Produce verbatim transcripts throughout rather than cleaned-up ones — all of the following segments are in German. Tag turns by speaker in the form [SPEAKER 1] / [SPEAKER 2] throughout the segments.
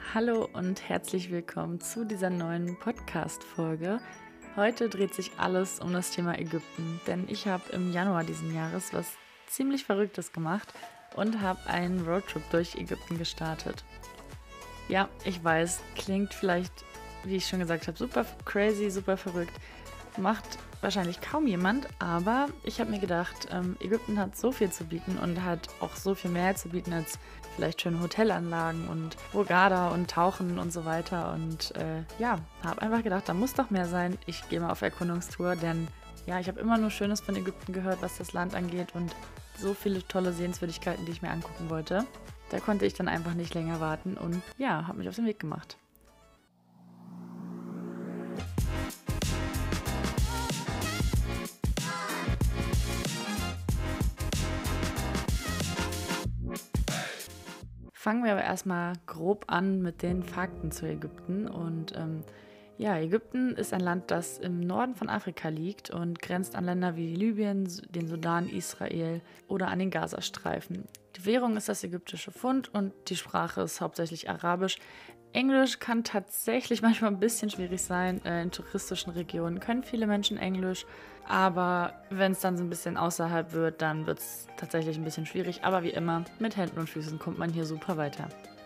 [SPEAKER 1] Hallo und herzlich willkommen zu dieser neuen Podcast-Folge. Heute dreht sich alles um das Thema Ägypten, denn ich habe im Januar diesen Jahres was ziemlich Verrücktes gemacht und habe einen Roadtrip durch Ägypten gestartet. Ja, ich weiß, klingt vielleicht, wie ich schon gesagt habe, super crazy, super verrückt. Macht wahrscheinlich kaum jemand, aber ich habe mir gedacht, ähm, Ägypten hat so viel zu bieten und hat auch so viel mehr zu bieten als vielleicht schöne Hotelanlagen und Hurghada und Tauchen und so weiter. Und äh, ja, habe einfach gedacht, da muss doch mehr sein. Ich gehe mal auf Erkundungstour, denn ja, ich habe immer nur Schönes von Ägypten gehört, was das Land angeht und so viele tolle Sehenswürdigkeiten, die ich mir angucken wollte. Da konnte ich dann einfach nicht länger warten und ja, habe mich auf den Weg gemacht. Fangen wir aber erstmal grob an mit den Fakten zu Ägypten. Und ähm, ja, Ägypten ist ein Land, das im Norden von Afrika liegt und grenzt an Länder wie Libyen, den Sudan, Israel oder an den Gazastreifen. Die Währung ist das ägyptische Pfund und die Sprache ist hauptsächlich Arabisch. Englisch kann tatsächlich manchmal ein bisschen schwierig sein. In touristischen Regionen können viele Menschen Englisch, aber wenn es dann so ein bisschen außerhalb wird, dann wird es tatsächlich ein bisschen schwierig. Aber wie immer, mit Händen und Füßen kommt man hier super weiter.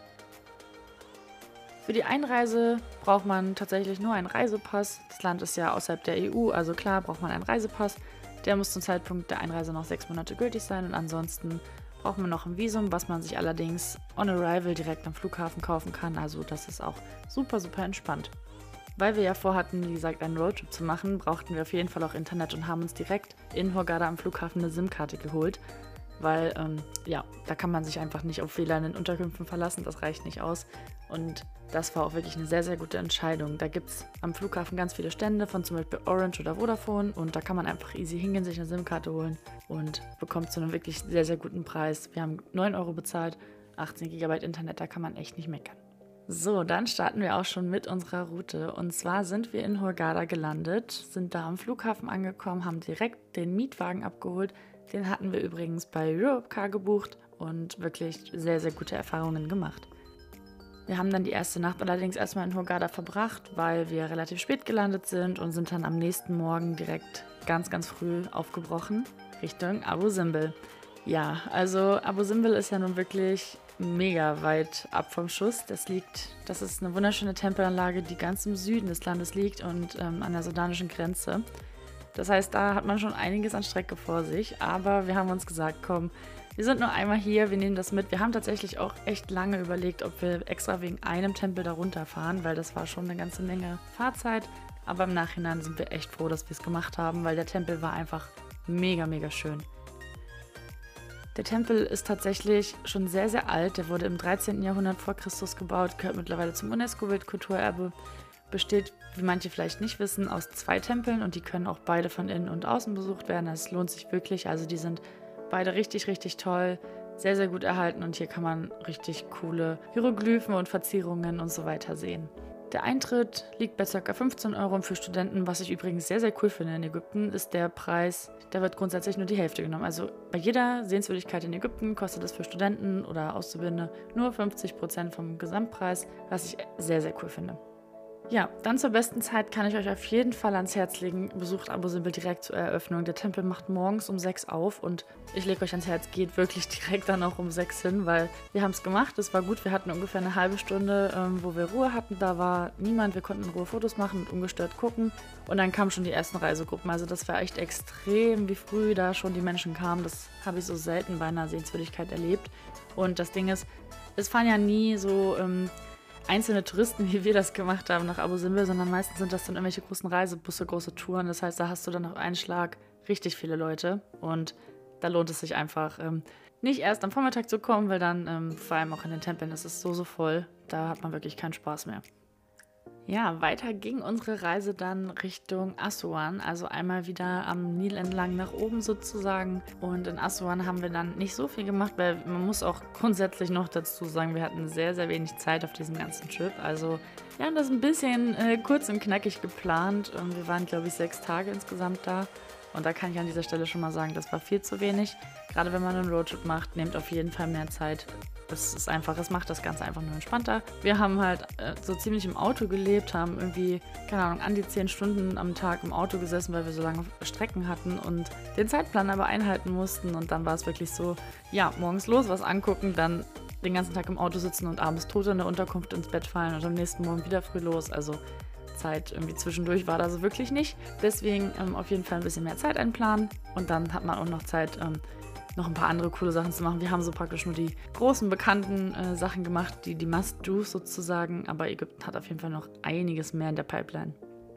[SPEAKER 1] Für die Einreise braucht man tatsächlich nur einen Reisepass. Das Land ist ja außerhalb der E U, also klar braucht man einen Reisepass. Der muss zum Zeitpunkt der Einreise noch sechs Monate gültig sein und ansonsten braucht man noch ein Visum, was man sich allerdings on arrival direkt am Flughafen kaufen kann. Also das ist auch super, super entspannt. Weil wir ja vorhatten, wie gesagt, einen Roadtrip zu machen, brauchten wir auf jeden Fall auch Internet und haben uns direkt in Hurghada am Flughafen eine SIM-Karte geholt. Weil, ähm, ja, da kann man sich einfach nicht auf W L A N in Unterkünften verlassen, das reicht nicht aus. Und das war auch wirklich eine sehr, sehr gute Entscheidung. Da gibt es am Flughafen ganz viele Stände von zum Beispiel Orange oder Vodafone und da kann man einfach easy hingehen, sich eine SIM-Karte holen und bekommt zu einem wirklich sehr, sehr guten Preis. Wir haben neun Euro bezahlt, achtzehn Gigabyte Internet, da kann man echt nicht meckern. So, dann starten wir auch schon mit unserer Route. Und zwar sind wir in Hurghada gelandet, sind da am Flughafen angekommen, haben direkt den Mietwagen abgeholt. Den hatten wir übrigens bei Europcar gebucht und wirklich sehr, sehr gute Erfahrungen gemacht. Wir haben dann die erste Nacht allerdings erstmal in Hurghada verbracht, weil wir relativ spät gelandet sind und sind dann am nächsten Morgen direkt ganz, ganz früh aufgebrochen Richtung Abu Simbel. Ja, also Abu Simbel ist ja nun wirklich mega weit ab vom Schuss. Das liegt, das ist eine wunderschöne Tempelanlage, die ganz im Süden des Landes liegt und ähm, an der sudanischen Grenze. Das heißt, da hat man schon einiges an Strecke vor sich, aber wir haben uns gesagt, komm, wir sind nur einmal hier, wir nehmen das mit. Wir haben tatsächlich auch echt lange überlegt, ob wir extra wegen einem Tempel da runterfahren, weil das war schon eine ganze Menge Fahrzeit. Aber im Nachhinein sind wir echt froh, dass wir es gemacht haben, weil der Tempel war einfach mega, mega schön. Der Tempel ist tatsächlich schon sehr, sehr alt. Der wurde im dreizehnten Jahrhundert vor Christus gebaut, gehört mittlerweile zum UNESCO-Weltkulturerbe, besteht, wie manche vielleicht nicht wissen, aus zwei Tempeln und die können auch beide von innen und außen besucht werden. Es lohnt sich wirklich, also die sind beide richtig, richtig toll, sehr, sehr gut erhalten und hier kann man richtig coole Hieroglyphen und Verzierungen und so weiter sehen. Der Eintritt liegt bei ca. fünfzehn Euro und für Studenten, was ich übrigens sehr, sehr cool finde in Ägypten, ist der Preis, da wird grundsätzlich nur die Hälfte genommen. Also bei jeder Sehenswürdigkeit in Ägypten kostet es für Studenten oder Auszubildende nur fünfzig Prozent vom Gesamtpreis, was ich sehr, sehr cool finde. Ja, dann zur besten Zeit kann ich euch auf jeden Fall ans Herz legen, besucht Abu Simbel direkt zur Eröffnung. Der Tempel macht morgens um sechs auf und ich lege euch ans Herz, geht wirklich direkt dann auch um sechs hin, weil wir haben es gemacht, es war gut, wir hatten ungefähr eine halbe Stunde, ähm, wo wir Ruhe hatten, da war niemand, wir konnten in Ruhe Fotos machen und ungestört gucken und dann kamen schon die ersten Reisegruppen, also das war echt extrem, wie früh da schon die Menschen kamen, das habe ich so selten bei einer Sehenswürdigkeit erlebt und das Ding ist, es fahren ja nie so ähm, einzelne Touristen, wie wir das gemacht haben, nach Abu Simbel, sondern meistens sind das dann irgendwelche großen Reisebusse, große Touren. Das heißt, da hast du dann auf einen Schlag richtig viele Leute und da lohnt es sich einfach, ähm, nicht erst am Vormittag zu kommen, weil dann ähm, vor allem auch in den Tempeln ist es so, so voll, da hat man wirklich keinen Spaß mehr. Ja, weiter ging unsere Reise dann Richtung Assuan, also einmal wieder am Nil entlang nach oben sozusagen. Und in Assuan haben wir dann nicht so viel gemacht, weil man muss auch grundsätzlich noch dazu sagen, wir hatten sehr, sehr wenig Zeit auf diesem ganzen Trip. Also wir haben das ein bisschen äh, kurz und knackig geplant. Und wir waren, glaube ich, sechs Tage insgesamt da. Und da kann ich an dieser Stelle schon mal sagen, das war viel zu wenig. Gerade wenn man einen Roadtrip macht, nehmt auf jeden Fall mehr Zeit. Das ist einfach, es macht das Ganze einfach nur entspannter. Wir haben halt äh, so ziemlich im Auto gelebt, haben irgendwie, keine Ahnung, an die zehn Stunden am Tag im Auto gesessen, weil wir so lange Strecken hatten und den Zeitplan aber einhalten mussten. Und dann war es wirklich so, ja, morgens los, was angucken, dann den ganzen Tag im Auto sitzen und abends tot in der Unterkunft ins Bett fallen und am nächsten Morgen wieder früh los. Also Zeit irgendwie zwischendurch war da so wirklich nicht. Deswegen ähm, auf jeden Fall ein bisschen mehr Zeit einplanen und dann hat man auch noch Zeit, ähm, noch ein paar andere coole Sachen zu machen. Wir haben so praktisch nur die großen, bekannten äh, Sachen gemacht, die, die Must-Dos sozusagen, aber Ägypten hat auf jeden Fall noch einiges mehr in der Pipeline.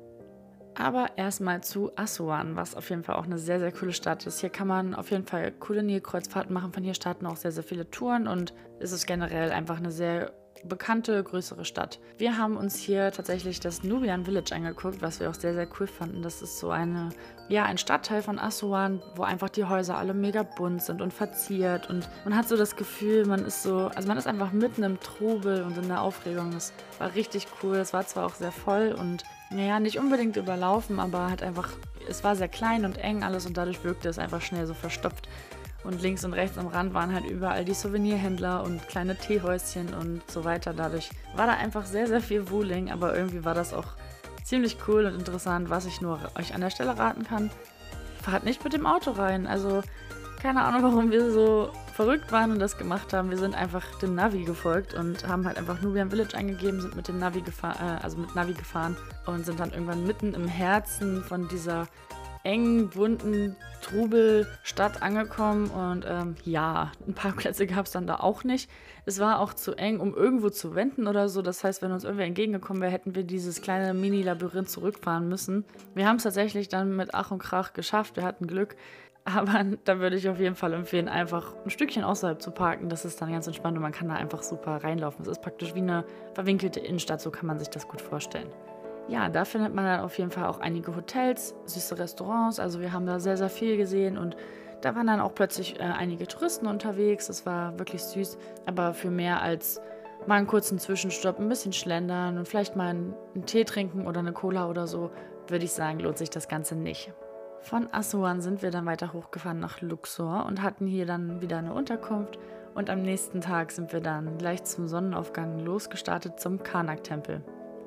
[SPEAKER 1] Aber erstmal zu Assuan, was auf jeden Fall auch eine sehr, sehr coole Stadt ist. Hier kann man auf jeden Fall coole Nilkreuzfahrten machen. Von hier starten auch sehr, sehr viele Touren und es ist generell einfach eine sehr bekannte, größere Stadt. Wir haben uns hier tatsächlich das Nubian Village angeguckt, was wir auch sehr, sehr cool fanden. Das ist so eine, ja, ein Stadtteil von Assuan, wo einfach die Häuser alle mega bunt sind und verziert und man hat so das Gefühl, man ist so, also man ist einfach mitten im Trubel und in der Aufregung. Das war richtig cool. Es war zwar auch sehr voll und naja, nicht unbedingt überlaufen, aber halt einfach, es war sehr klein und eng alles und dadurch wirkte es einfach schnell so verstopft. Und links und rechts am Rand waren halt überall die Souvenirhändler und kleine Teehäuschen und so weiter. Dadurch war da einfach sehr, sehr viel Wuling, aber irgendwie war das auch ziemlich cool und interessant, was ich nur euch an der Stelle raten kann. Fahrt nicht mit dem Auto rein. Also keine Ahnung, warum wir so verrückt waren und das gemacht haben. Wir sind einfach dem Navi gefolgt und haben halt einfach Nubian Village eingegeben, sind mit dem Navi gefahren, äh, also mit Navi gefahren und sind dann irgendwann mitten im Herzen von dieser engen, bunten Trubelstadt angekommen und ähm, ja, ein paar Plätze gab es dann da auch nicht. Es war auch zu eng, um irgendwo zu wenden oder so. Das heißt, wenn uns irgendwer entgegengekommen wäre, hätten wir dieses kleine Mini-Labyrinth zurückfahren müssen. Wir haben es tatsächlich dann mit Ach und Krach geschafft. Wir hatten Glück. Aber da würde ich auf jeden Fall empfehlen, einfach ein Stückchen außerhalb zu parken. Das ist dann ganz entspannt und man kann da einfach super reinlaufen. Es ist praktisch wie eine verwinkelte Innenstadt, so kann man sich das gut vorstellen. Ja, da findet man dann auf jeden Fall auch einige Hotels, süße Restaurants. Also wir haben da sehr, sehr viel gesehen und da waren dann auch plötzlich äh, einige Touristen unterwegs. Das war wirklich süß, aber für mehr als mal einen kurzen Zwischenstopp, ein bisschen schlendern und vielleicht mal einen, einen Tee trinken oder eine Cola oder so, würde ich sagen, lohnt sich das Ganze nicht. Von Assuan sind wir dann weiter hochgefahren nach Luxor und hatten hier dann wieder eine Unterkunft. Und am nächsten Tag sind wir dann gleich zum Sonnenaufgang losgestartet zum Karnak-Tempel.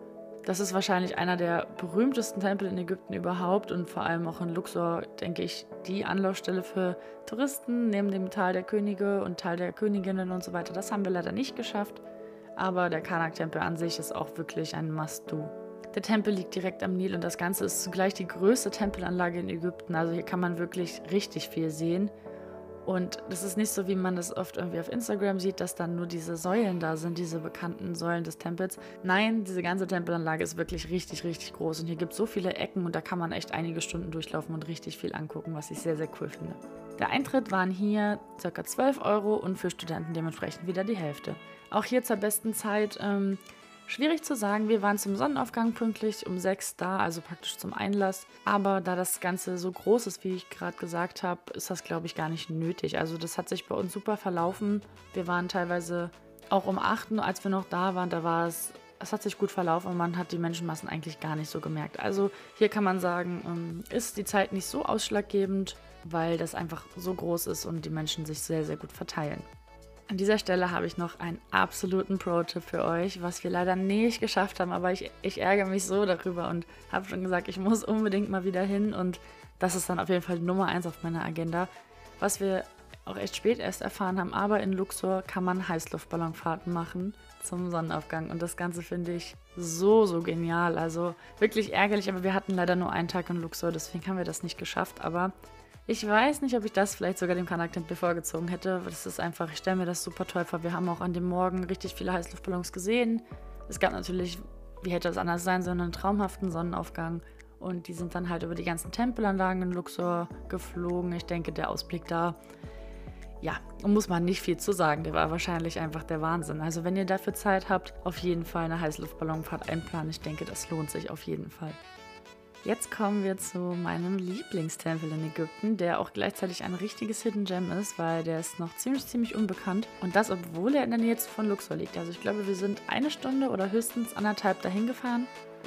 [SPEAKER 1] Das ist wahrscheinlich einer der berühmtesten Tempel in Ägypten überhaupt und vor allem auch in Luxor, denke ich, die Anlaufstelle für Touristen neben dem Tal der Könige und Tal der Königinnen und so weiter. Das haben wir leider nicht geschafft, aber der Karnak-Tempel an sich ist auch wirklich ein Must-Do. Der Tempel liegt direkt am Nil und das Ganze ist zugleich die größte Tempelanlage in Ägypten. Also hier kann man wirklich richtig viel sehen. Und das ist nicht so, wie man das oft irgendwie auf Instagram sieht, dass dann nur diese Säulen da sind, diese bekannten Säulen des Tempels. Nein, diese ganze Tempelanlage ist wirklich richtig, richtig groß. Und hier gibt es so viele Ecken und da kann man echt einige Stunden durchlaufen und richtig viel angucken, was ich sehr, sehr cool finde. Der Eintritt waren hier ca. zwölf Euro und für Studenten dementsprechend wieder die Hälfte. Auch hier zur besten Zeit, ähm, schwierig zu sagen, wir waren zum Sonnenaufgang pünktlich um sechs da, also praktisch zum Einlass. Aber da das Ganze so groß ist, wie ich gerade gesagt habe, ist das, glaube ich, gar nicht nötig. Also das hat sich bei uns super verlaufen. Wir waren teilweise auch um acht, als wir noch da waren, da war es, es hat sich gut verlaufen und man hat die Menschenmassen eigentlich gar nicht so gemerkt. Also hier kann man sagen, ist die Zeit nicht so ausschlaggebend, weil das einfach so groß ist und die Menschen sich sehr, sehr gut verteilen. An dieser Stelle habe ich noch einen absoluten Pro-Tipp für euch, was wir leider nicht geschafft haben, aber ich, ich ärgere mich so darüber und habe schon gesagt, ich muss unbedingt mal wieder hin und das ist dann auf jeden Fall Nummer eins auf meiner Agenda. Was wir auch echt spät erst erfahren haben, aber in Luxor kann man Heißluftballonfahrten machen zum Sonnenaufgang und das Ganze finde ich so, so genial. Also wirklich ärgerlich, aber wir hatten leider nur einen Tag in Luxor, deswegen haben wir das nicht geschafft, aber ich weiß nicht, ob ich das vielleicht sogar dem Karnak-Tempel vorgezogen hätte. Das ist einfach, ich stelle mir das super toll vor. Wir haben auch an dem Morgen richtig viele Heißluftballons gesehen. Es gab natürlich, wie hätte es anders sein sollen, einen traumhaften Sonnenaufgang. Und die sind dann halt über die ganzen Tempelanlagen in Luxor geflogen. Ich denke, der Ausblick da, ja, muss man nicht viel zu sagen. Der war wahrscheinlich einfach der Wahnsinn. Also wenn ihr dafür Zeit habt, auf jeden Fall eine Heißluftballonfahrt einplanen. Ich denke, das lohnt sich auf jeden Fall. Jetzt kommen wir zu meinem Lieblingstempel in Ägypten, der auch gleichzeitig ein richtiges Hidden Gem ist, weil der ist noch ziemlich, ziemlich unbekannt. Und das, obwohl er in der Nähe von Luxor liegt. Also ich glaube, wir sind eine Stunde oder höchstens anderthalb dahin gefahren.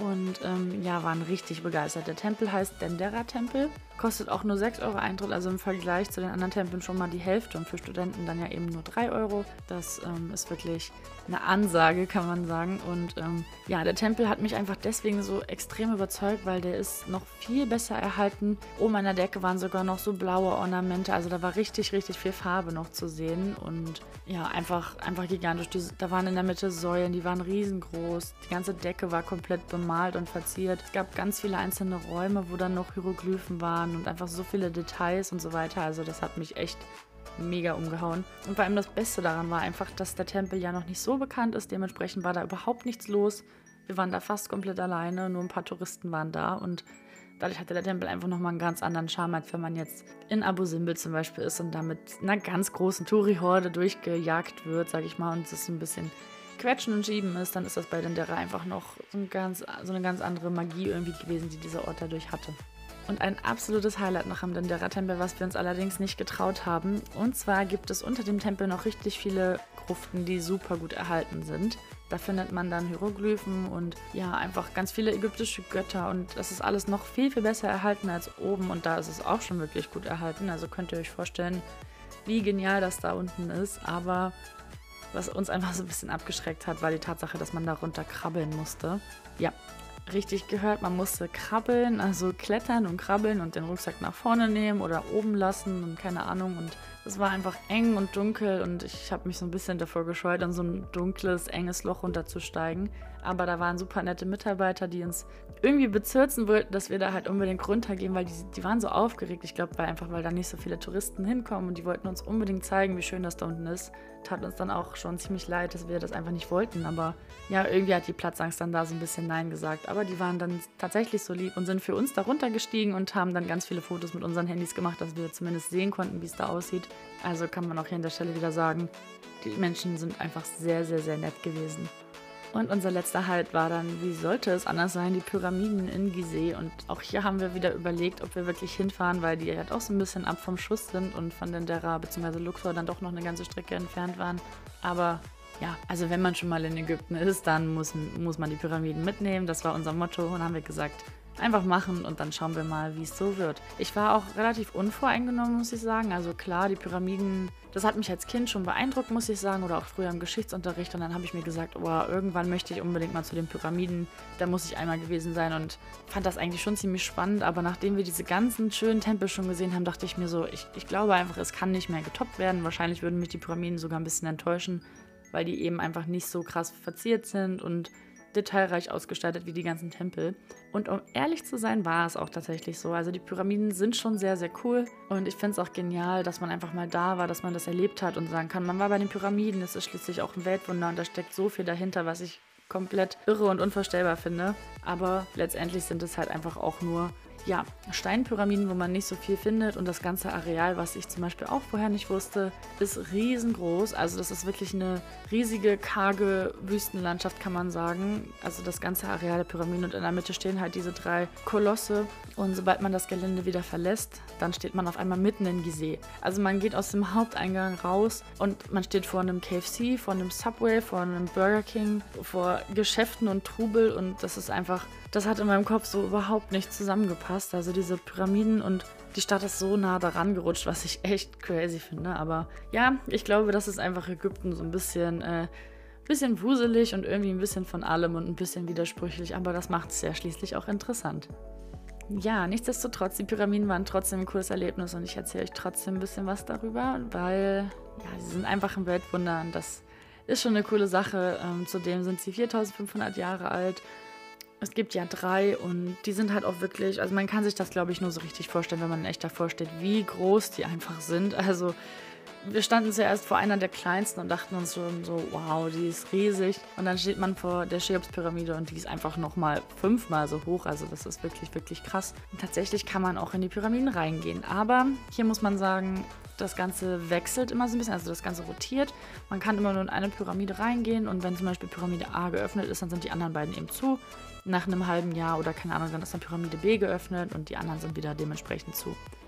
[SPEAKER 1] und ähm, ja, waren richtig begeistert. Der Tempel heißt Dendera-Tempel, kostet auch nur sechs Euro Eintritt, also im Vergleich zu den anderen Tempeln schon mal die Hälfte und für Studenten dann ja eben nur drei Euro. Das ähm, ist wirklich eine Ansage, kann man sagen. Und ähm, ja, der Tempel hat mich einfach deswegen so extrem überzeugt, weil der ist noch viel besser erhalten. Oben an der Decke waren sogar noch so blaue Ornamente, also da war richtig, richtig viel Farbe noch zu sehen und ja, einfach, einfach gigantisch. Die, da waren in der Mitte Säulen, die waren riesengroß, die ganze Decke war komplett bemalt und verziert. Es gab ganz viele einzelne Räume, wo dann noch Hieroglyphen waren und einfach so viele Details und so weiter. Also das hat mich echt mega umgehauen. Und vor allem das Beste daran war einfach, dass der Tempel ja noch nicht so bekannt ist. Dementsprechend war da überhaupt nichts los. Wir waren da fast komplett alleine, nur ein paar Touristen waren da und dadurch hatte der Tempel einfach nochmal einen ganz anderen Charme, als wenn man jetzt in Abu Simbel zum Beispiel ist und da mit einer ganz großen Touri-Horde durchgejagt wird, sag ich mal, und es ein bisschen Quetschen und Schieben ist, dann ist das bei Dendera einfach noch so, ein ganz, so eine ganz andere Magie irgendwie gewesen, die dieser Ort dadurch hatte. Und ein absolutes Highlight noch am Dendera-Tempel, was wir uns allerdings nicht getraut haben. Und zwar gibt es unter dem Tempel noch richtig viele Gruften, die super gut erhalten sind. Da findet man dann Hieroglyphen und ja, einfach ganz viele ägyptische Götter und das ist alles noch viel, viel besser erhalten als oben und da ist es auch schon wirklich gut erhalten. Also könnt ihr euch vorstellen, wie genial das da unten ist. Aber was uns einfach so ein bisschen abgeschreckt hat, war die Tatsache, dass man da runter krabbeln musste. Ja, richtig gehört, man musste krabbeln, also klettern und krabbeln und den Rucksack nach vorne nehmen oder oben lassen und keine Ahnung. Und es war einfach eng und dunkel und ich habe mich so ein bisschen davor gescheut, in so ein dunkles, enges Loch runterzusteigen. Aber da waren super nette Mitarbeiter, die uns irgendwie bezirzen wollten, dass wir da halt unbedingt runtergehen, weil die, die waren so aufgeregt. Ich glaube, weil einfach, weil da nicht so viele Touristen hinkommen und die wollten uns unbedingt zeigen, wie schön das da unten ist. Tat uns dann auch schon ziemlich leid, dass wir das einfach nicht wollten. Aber ja, irgendwie hat die Platzangst dann da so ein bisschen Nein gesagt. Aber die waren dann tatsächlich so lieb und sind für uns da runtergestiegen und haben dann ganz viele Fotos mit unseren Handys gemacht, dass wir zumindest sehen konnten, wie es da aussieht. Also kann man auch hier an der Stelle wieder sagen, die Menschen sind einfach sehr, sehr, sehr nett gewesen. Und unser letzter Halt war dann, wie sollte es anders sein, die Pyramiden in Gizeh. Und auch hier haben wir wieder überlegt, ob wir wirklich hinfahren, weil die halt auch so ein bisschen ab vom Schuss sind und von Dendera bzw. Luxor dann doch noch eine ganze Strecke entfernt waren. Aber ja, also wenn man schon mal in Ägypten ist, dann muss, muss man die Pyramiden mitnehmen. Das war unser Motto und haben wir gesagt, einfach machen und dann schauen wir mal, wie es so wird. Ich war auch relativ unvoreingenommen, muss ich sagen. Also klar, die Pyramiden, das hat mich als Kind schon beeindruckt, muss ich sagen, oder auch früher im Geschichtsunterricht. Und dann habe ich mir gesagt, oh, irgendwann möchte ich unbedingt mal zu den Pyramiden. Da muss ich einmal gewesen sein und fand das eigentlich schon ziemlich spannend. Aber nachdem wir diese ganzen schönen Tempel schon gesehen haben, dachte ich mir so, ich, ich glaube einfach, es kann nicht mehr getoppt werden. Wahrscheinlich würden mich die Pyramiden sogar ein bisschen enttäuschen, weil die eben einfach nicht so krass verziert sind und detailreich ausgestaltet wie die ganzen Tempel. Und um ehrlich zu sein, war es auch tatsächlich so. Also die Pyramiden sind schon sehr, sehr cool und ich finde es auch genial, dass man einfach mal da war, dass man das erlebt hat und sagen kann, man war bei den Pyramiden, es ist schließlich auch ein Weltwunder und da steckt so viel dahinter, was ich komplett irre und unvorstellbar finde. Aber letztendlich sind es halt einfach auch nur ja, Steinpyramiden, wo man nicht so viel findet und das ganze Areal, was ich zum Beispiel auch vorher nicht wusste, ist riesengroß. Also das ist wirklich eine riesige, karge Wüstenlandschaft, kann man sagen. Also das ganze Areal der Pyramiden und in der Mitte stehen halt diese drei Kolosse und sobald man das Gelände wieder verlässt, dann steht man auf einmal mitten in Gizeh. Also man geht aus dem Haupteingang raus und man steht vor einem K F C, vor einem Subway, vor einem Burger King, vor Geschäften und Trubel und das ist einfach, das hat in meinem Kopf so überhaupt nicht zusammengepasst. Also diese Pyramiden und die Stadt ist so nah daran gerutscht, was ich echt crazy finde. Aber ja, ich glaube, das ist einfach Ägypten so ein bisschen, äh, bisschen wuselig und irgendwie ein bisschen von allem und ein bisschen widersprüchlich. Aber das macht es ja schließlich auch interessant. Ja, nichtsdestotrotz, die Pyramiden waren trotzdem ein cooles Erlebnis und ich erzähle euch trotzdem ein bisschen was darüber, weil ja, sie sind einfach ein Weltwunder und das ist schon eine coole Sache. Ähm, zudem sind sie viertausendfünfhundert Jahre alt. Es gibt ja drei und die sind halt auch wirklich, also man kann sich das, glaube ich, nur so richtig vorstellen, wenn man echt davor steht, wie groß die einfach sind. Also wir standen zuerst vor einer der kleinsten und dachten uns schon so, wow, die ist riesig. Und dann steht man vor der Cheops-Pyramide und die ist einfach nochmal fünfmal so hoch. Also das ist wirklich, wirklich krass. Und tatsächlich kann man auch in die Pyramiden reingehen. Aber hier muss man sagen, das Ganze wechselt immer so ein bisschen, also das Ganze rotiert. Man kann immer nur in eine Pyramide reingehen und wenn zum Beispiel Pyramide A geöffnet ist, dann sind die anderen beiden eben zu. Nach einem halben Jahr oder keine Ahnung, dann ist dann Pyramide B geöffnet und die anderen sind wieder dementsprechend zu.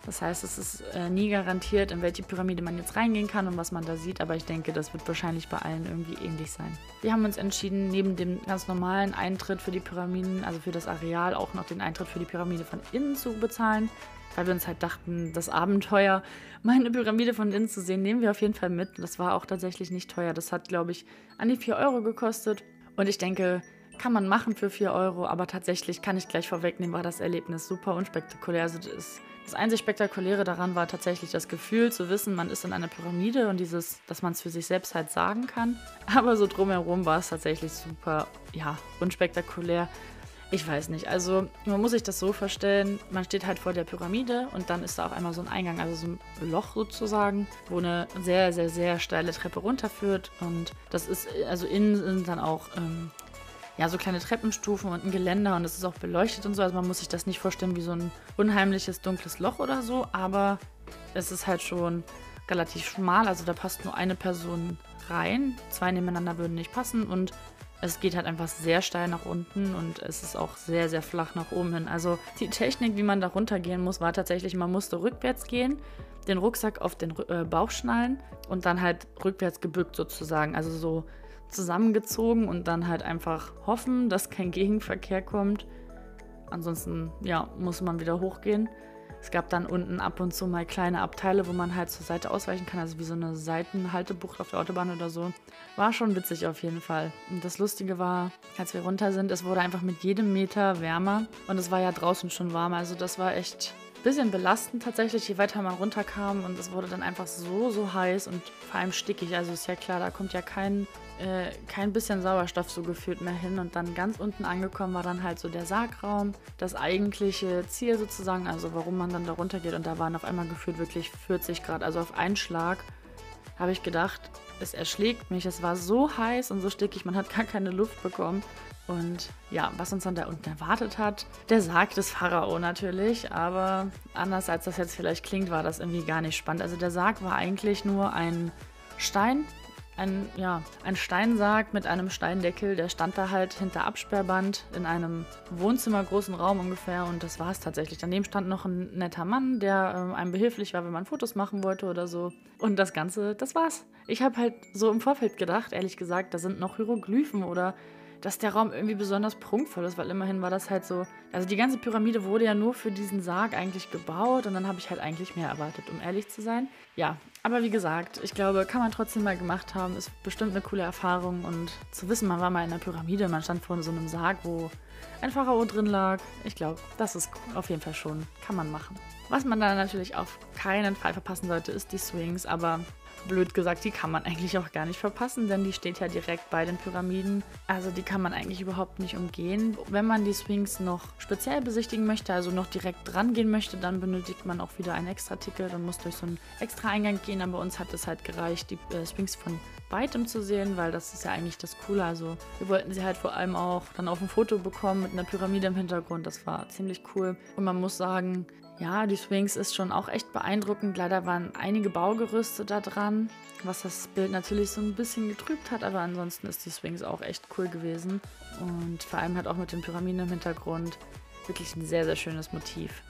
[SPEAKER 1] Das heißt, es ist äh, nie garantiert, in welche Pyramide man jetzt reingehen kann und was man da sieht, aber ich denke, das wird wahrscheinlich bei allen irgendwie ähnlich sein. Wir haben uns entschieden, neben dem ganz normalen Eintritt für die Pyramiden, also für das Areal, auch noch den Eintritt für die Pyramide von innen zu bezahlen, weil wir uns halt dachten, das Abenteuer, mal eine Pyramide von innen zu sehen, nehmen wir auf jeden Fall mit. Das war auch tatsächlich nicht teuer. Das hat, glaube ich, an die vier Euro gekostet. Und ich denke, kann man machen für vier Euro, aber tatsächlich kann ich gleich vorwegnehmen, war das Erlebnis super unspektakulär. Also das, das einzig Spektakuläre daran war tatsächlich das Gefühl zu wissen, man ist in einer Pyramide und dieses, dass man es für sich selbst halt sagen kann. Aber so drumherum war es tatsächlich super, ja, unspektakulär. Ich weiß nicht, also man muss sich das so vorstellen, man steht halt vor der Pyramide und dann ist da auf einmal so ein Eingang, also so ein Loch sozusagen, wo eine sehr, sehr, sehr steile Treppe runterführt und das ist, also innen sind dann auch ähm, ja, so kleine Treppenstufen und ein Geländer und es ist auch beleuchtet und so, also man muss sich das nicht vorstellen wie so ein unheimliches, dunkles Loch oder so, aber es ist halt schon relativ schmal, also da passt nur eine Person rein, zwei nebeneinander würden nicht passen und es geht halt einfach sehr steil nach unten und es ist auch sehr, sehr flach nach oben hin. Also die Technik, wie man da runtergehen muss, war tatsächlich, man musste rückwärts gehen, den Rucksack auf den äh, Bauch schnallen und dann halt rückwärts gebückt sozusagen. Also so zusammengezogen und dann halt einfach hoffen, dass kein Gegenverkehr kommt. Ansonsten, ja, muss man wieder hochgehen. Es gab dann unten ab und zu mal kleine Abteile, wo man halt zur Seite ausweichen kann, also wie so eine Seitenhaltebucht auf der Autobahn oder so. War schon witzig auf jeden Fall. Und das Lustige war, als wir runter sind, es wurde einfach mit jedem Meter wärmer und es war ja draußen schon warm, also das war echt ein bisschen belastend tatsächlich, je weiter man runterkam und es wurde dann einfach so, so heiß und vor allem stickig, also ist ja klar, da kommt ja kein, äh, kein bisschen Sauerstoff so gefühlt mehr hin und dann ganz unten angekommen war dann halt so der Sargraum, das eigentliche Ziel sozusagen, also warum man dann da runter geht und da waren auf einmal gefühlt wirklich vierzig Grad, also auf einen Schlag habe ich gedacht, es erschlägt mich, es war so heiß und so stickig, man hat gar keine Luft bekommen. Und ja, was uns dann da unten erwartet hat, der Sarg des Pharao natürlich, aber anders als das jetzt vielleicht klingt, war das irgendwie gar nicht spannend. Also der Sarg war eigentlich nur ein Stein, ein, ja, ein Steinsarg mit einem Steindeckel, der stand da halt hinter Absperrband in einem wohnzimmergroßen Raum ungefähr und das war es tatsächlich. Daneben stand noch ein netter Mann, der äh, einem behilflich war, wenn man Fotos machen wollte oder so. Und das Ganze, das war's. Ich habe halt so im Vorfeld gedacht, ehrlich gesagt, da sind noch Hieroglyphen oder dass der Raum irgendwie besonders prunkvoll ist, weil immerhin war das halt so, also die ganze Pyramide wurde ja nur für diesen Sarg eigentlich gebaut und dann habe ich halt eigentlich mehr erwartet, um ehrlich zu sein. Ja, aber wie gesagt, ich glaube, kann man trotzdem mal gemacht haben, ist bestimmt eine coole Erfahrung und zu wissen, man war mal in einer Pyramide, man stand vor so einem Sarg, wo ein Pharao drin lag, ich glaube, das ist auf jeden Fall schon, kann man machen. Was man dann natürlich auf keinen Fall verpassen sollte, ist die Sphinx, aber blöd gesagt, die kann man eigentlich auch gar nicht verpassen, denn die steht ja direkt bei den Pyramiden. Also die kann man eigentlich überhaupt nicht umgehen. Wenn man die Sphinx noch speziell besichtigen möchte, also noch direkt dran gehen möchte, dann benötigt man auch wieder ein extra Ticket und muss durch so einen extra Eingang gehen. Aber bei uns hat es halt gereicht, die äh, Sphinx von weitem zu sehen, weil das ist ja eigentlich das Coole. Also wir wollten sie halt vor allem auch dann auf ein Foto bekommen mit einer Pyramide im Hintergrund. Das war ziemlich cool. Und man muss sagen, ja, die Sphinx ist schon auch echt beeindruckend. Leider waren einige Baugerüste da dran, was das Bild natürlich so ein bisschen getrübt hat, aber ansonsten ist die Sphinx auch echt cool gewesen. Und vor allem halt auch mit den Pyramiden im Hintergrund wirklich ein sehr, sehr schönes Motiv.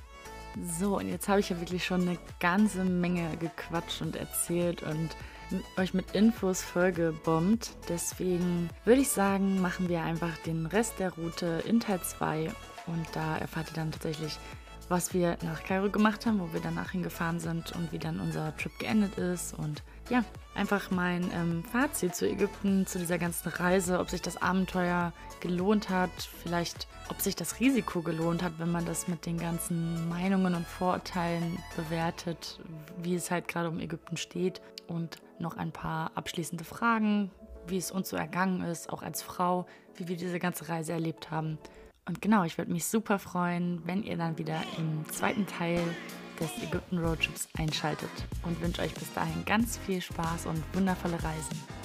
[SPEAKER 1] So, und jetzt habe ich ja wirklich schon eine ganze Menge gequatscht und erzählt und euch mit Infos vollgebombt. Deswegen würde ich sagen, machen wir einfach den Rest der Route in Teil zwei und da erfahrt ihr dann tatsächlich, was wir nach Kairo gemacht haben, wo wir danach hingefahren sind und wie dann unser Trip geendet ist. Und ja, einfach mein ähm, Fazit zu Ägypten, zu dieser ganzen Reise, ob sich das Abenteuer gelohnt hat, vielleicht ob sich das Risiko gelohnt hat, wenn man das mit den ganzen Meinungen und Vorurteilen bewertet, wie es halt gerade um Ägypten steht. Und noch ein paar abschließende Fragen, wie es uns so ergangen ist, auch als Frau, wie wir diese ganze Reise erlebt haben. Und genau, ich würde mich super freuen, wenn ihr dann wieder im zweiten Teil des Ägypten Roadtrips einschaltet und wünsche euch bis dahin ganz viel Spaß und wundervolle Reisen.